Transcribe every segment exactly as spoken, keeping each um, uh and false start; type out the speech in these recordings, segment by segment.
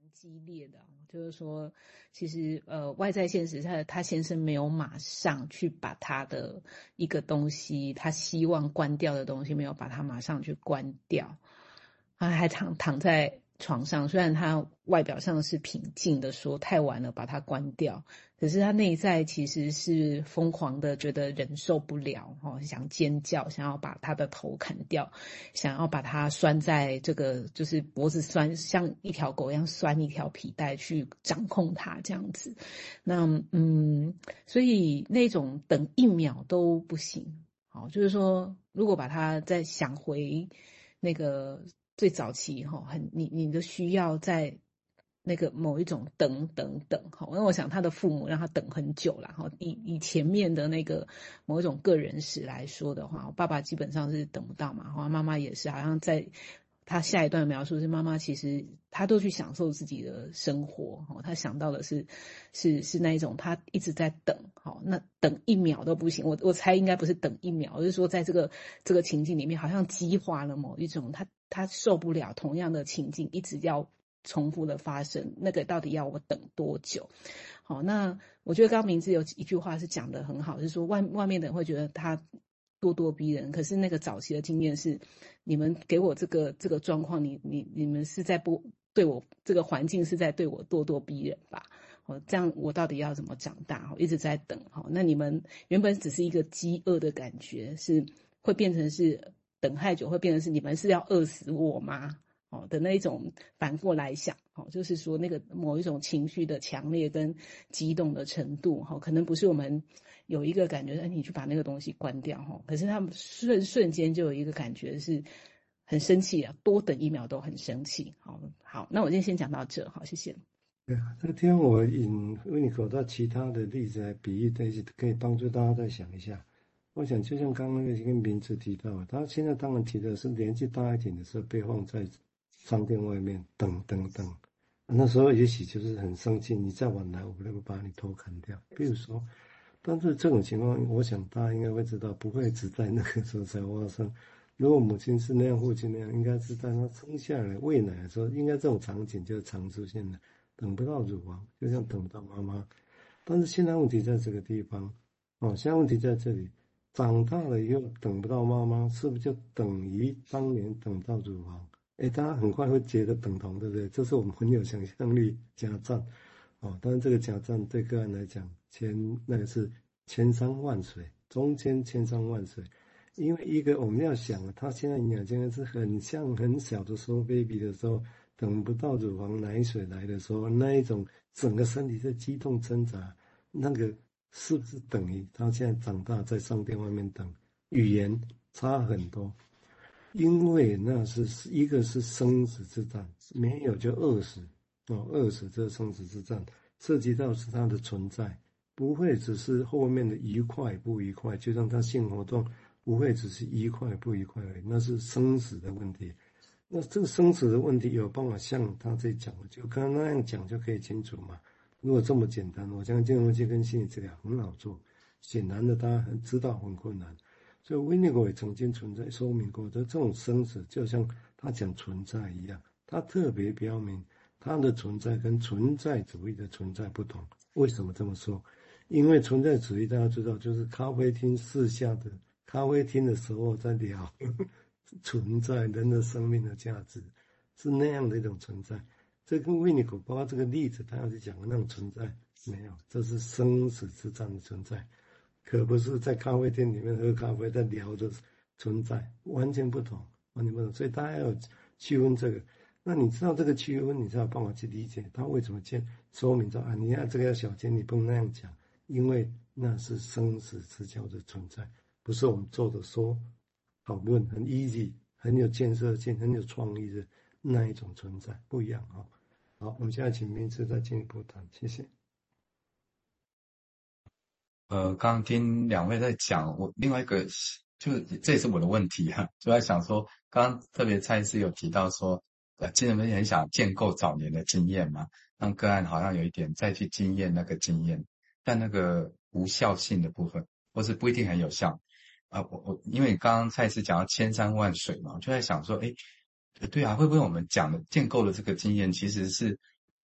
激烈的，就是说，其实呃，外在现实他他先生没有马上去把他的一个东西，他希望关掉的东西，没有把它马上去关掉，他还躺躺在床上，虽然他外表上是平静的说太晚了，把它关掉。可是他内在其实是疯狂的，觉得忍受不了，哦，想尖叫，想要把他的头砍掉，想要把他拴在这个就是脖子拴，像一条狗一样拴一条皮带去掌控他这样子。那嗯，所以那种等一秒都不行。好，就是说，如果把他再想回那个最早期哈，很你你的需要在。那个某一种等等等，因为我想他的父母让他等很久了，以以前面的那个某一种个人史来说的话，爸爸基本上是等不到嘛，妈妈也是，好像在他下一段描述是妈妈其实他都去享受自己的生活，他想到的是是是那一种他一直在等，那等一秒都不行，我我猜应该不是等一秒，就是说在这个这个情境里面好像激化了某一种他他受不了同样的情境一直要重复的发生，那个到底要我等多久？好，那我觉得刚刚明志有一句话是讲得很好，是说外外面的人会觉得他咄咄逼人，可是那个早期的经验是，你们给我这个这个状况，你你你们是在不对我这个环境是在对我咄咄逼人吧？哦，这样我到底要怎么长大？一直在等，好，那你们原本只是一个饥饿的感觉，是会变成是等太久，会变成是你们是要饿死我吗？哦的那一种反过来想，哦，就是说那个某一种情绪的强烈跟激动的程度，哈，可能不是我们有一个感觉，哎，你去把那个东西关掉，哈，可是他们瞬瞬间就有一个感觉是很生气啊，多等一秒都很生气。好，好，那我今天先讲到这，好，谢谢。 对啊，这个地方我引维尼口到其他的例子来比喻，但是可以帮助大家再想一下。我想就像刚刚那个跟名字提到，他现在当然提的是年纪大一点的时候被放在商店外面等等等，那时候也许就是很生气，你再晚来，我能把你头砍掉。比如说，但是这种情况，我想大家应该会知道，不会只在那个时候才发生。如果母亲是那样，父亲那样，应该是在他生下来喂奶的时候，应该这种场景就常出现的。等不到乳房，就像等不到妈妈。但是现在问题在这个地方，哦，现在问题在这里，长大了以后等不到妈妈，是不是就等于当年等到乳房？哎，大家很快会觉得等同，对不对？这是我们很有想象力加赞，哦，但是这个加赞对个人来讲，千那个是千山万水，中间千山万水。因为一个我们要想，他现在营养健康是很像很小的时候 baby 的时候。等不到乳房奶水来的时候，那一种整个身体在激动挣扎，那个是不是等于他现在长大在商店外面等？语言差很多，因为那是一个是生死之战，没有就饿死哦，饿死这生死之战涉及到是他的存在，不会只是后面的愉快不愉快，就像他性活动不会只是愉快不愉快而已，那是生死的问题。那这个生死的问题有办法像他这讲的，就刚刚那样讲就可以清楚嘛？如果这么简单，我相信金融分析跟心理治疗很好做，显然的大家很知道很困难。所以维尼狗也曾经存在说明过，这这种生死就像他讲存在一样，他特别标明他的存在跟存在主义的存在不同。为什么这么说？因为存在主义大家知道，就是咖啡厅四下的咖啡厅的时候在聊。存在人的生命的价值是那样的一种存在，这跟维尼口包括这个例子，他要去讲的那种存在没有，这是生死之战的存在，可不是在咖啡店里面喝咖啡在聊的存在，完全不同，完全不同。所以大家要区分这个。那你知道这个区分，你才有办法去理解他为什么去说明说啊，你要这个要小心，你不能那样讲，因为那是生死之交的存在，不是我们做的说。讨论很 easy， 很有建设性，很有创意的那一种存在，不一样啊。好，我们现在请明志再进一步谈，谢谢。 呃，刚刚听两位在讲，我另外一个就是这也是我的问题哈、啊，就在想说，刚刚特别蔡医师有提到说，呃，精神分析很想建构早年的经验嘛，让个案好像有一点再去经验那个经验，但那个无效性的部分，或是不一定很有效。啊，我我因为刚刚蔡医师讲到千山万水嘛，我就在想说，诶，对啊，会不会我们讲的建构的这个经验其实是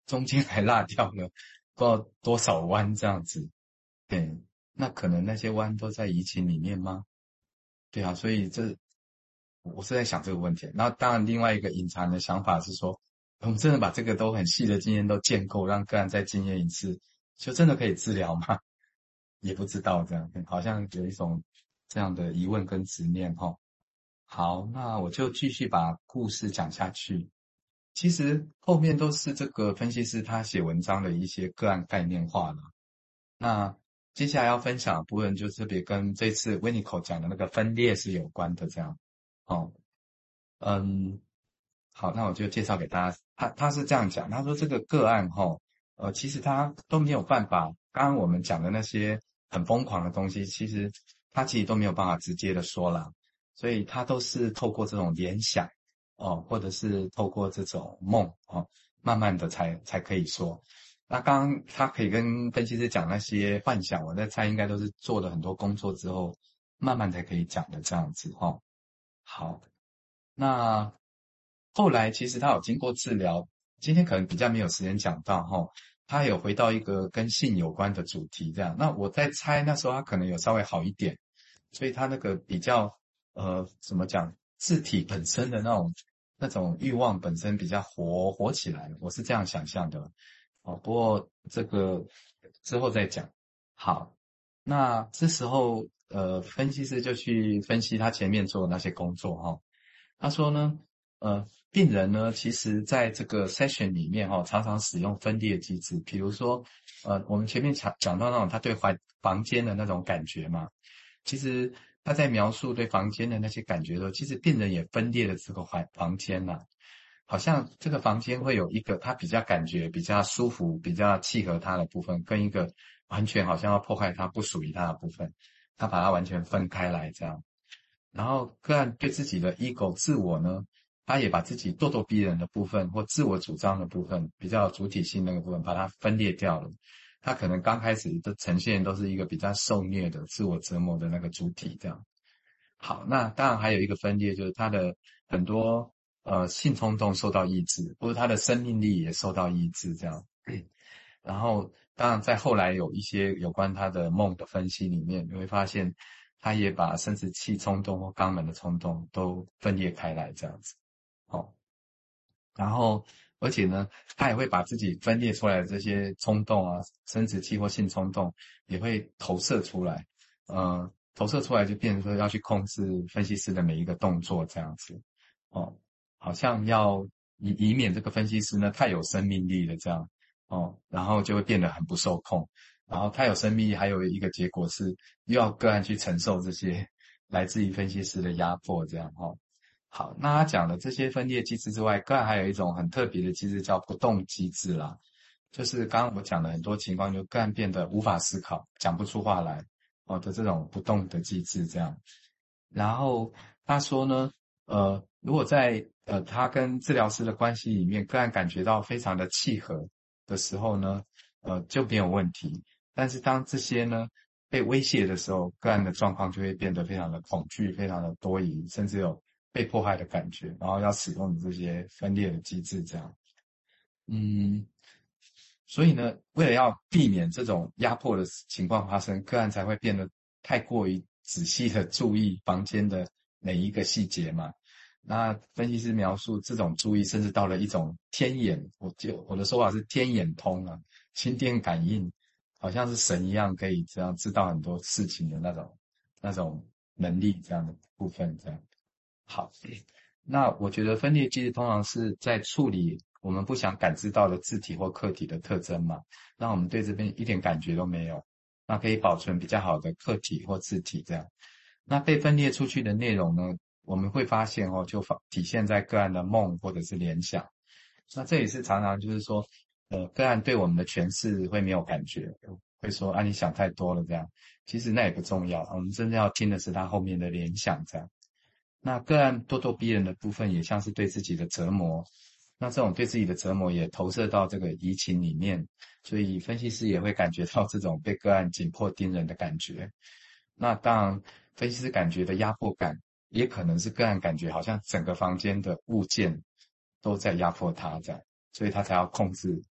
中间还落掉了不知道多少弯这样子。对，那可能那些弯都在移情里面吗？对啊，所以这我是在想这个问题。那当然另外一个隐藏的想法是说，我们真的把这个都很细的经验都建构，让个案再经验一次，就真的可以治疗吗？也不知道，这样好像有一种这样的疑问跟执念齁。好，那我就继续把故事讲下去。其实后面都是这个分析师他写文章的一些个案概念化了。那接下来要分享的部分就特别跟这次 Winnicott 讲的那个分裂是有关的，这样。哦，嗯，好，那我就介绍给大家。他他是这样讲，他说这个个案齁，呃，其实他都没有办法，刚刚我们讲的那些很疯狂的东西，其实他其实都没有办法直接的说啦，所以他都是透过这种联想哦，或者是透过这种梦哦，慢慢的才才可以说。那刚刚他可以跟分析师讲那些幻想，我在猜应该都是做了很多工作之后，慢慢才可以讲的这样子齁。好，那后来其实他有经过治疗，今天可能比较没有时间讲到齁，他有回到一个跟性有关的主题这样。那我在猜那时候他可能有稍微好一点，所以他那个比较呃怎么讲，自体本身的那种那种欲望本身比较活活起来了，我是这样想象的。哦，不过这个之后再讲。好，那这时候呃，分析师就去分析他前面做的那些工作哈、哦。他说呢，呃，病人呢，其实在这个 session 里面哈、哦，常常使用分裂机制，比如说呃，我们前面讲讲到那种他对房房间的那种感觉嘛，其实他在描述对房间的那些感觉的时候，其实病人也分裂了这个房房间呐、啊。好像这个房间会有一个他比较感觉比较舒服、比较契合他的部分，跟一个完全好像要破坏他、不属于他的部分，他把它完全分开来这样。然后个案对自己的 ego 自我呢，他也把自己咄咄逼人的部分或自我主张的部分，比较主体性那个部分，把它分裂掉了。他可能刚开始的呈现都是一个比较受虐的、自我折磨的那个主体这样。好，那当然还有一个分裂，就是他的很多呃性冲动受到抑制，或者他的生命力也受到抑制，这样。然后，当然在后来有一些有关他的梦的分析里面，你会发现，他也把生殖器冲动或肛门的冲动都分裂开来，这样子。好，然后而且呢，他也会把自己分裂出来的这些冲动啊，生殖器或性冲动，也会投射出来，呃。投射出来就变成说要去控制分析师的每一个动作这样子，哦，好像要以以免这个分析师呢太有生命力了这样，哦，然后就会变得很不受控，然后太有生命力还有一个结果是又要个案去承受这些来自于分析师的压迫这样哈、哦。好，那他讲的这些分裂机制之外，个案还有一种很特别的机制叫不动机制啦，就是刚刚我讲的很多情况，就个案变得无法思考，讲不出话来。哦的这种不动的机制这样，然后他说呢，呃，如果在呃他跟治疗师的关系里面，个案感觉到非常的契合的时候呢，呃就没有问题。但是当这些呢被威胁的时候，个案的状况就会变得非常的恐惧，非常的多疑，甚至有被迫害的感觉，然后要使用这些分裂的机制这样，嗯。所以呢，为了要避免这种压迫的情况发生，个案才会变得太过于仔细的注意房间的每一个细节嘛。那分析师描述这种注意，甚至到了一种天眼，我就我的说法是天眼通啊，心电感应，好像是神一样，可以这样知道很多事情的那种那种能力这样的部分这样。好，那我觉得分裂机制通常是在处理我们不想感知到的自体或客体的特征嘛，让我们对这边一点感觉都没有，那可以保存比较好的客体或自体这样。那被分裂出去的内容呢，我们会发现哦，就体现在个案的梦或者是联想。那这也是常常就是说，呃，个案对我们的诠释会没有感觉，会说啊你想太多了这样。其实那也不重要，我们真正要听的是他后面的联想这样。那个案咄咄逼人的部分也像是对自己的折磨，那这种对自己的折磨也投射到这个移情里面，所以分析师也会感觉到这种被个案紧迫盯人的感觉。那当然分析师感觉的压迫感也可能是个案感觉好像整个房间的物件都在压迫他这样，所以他才要控制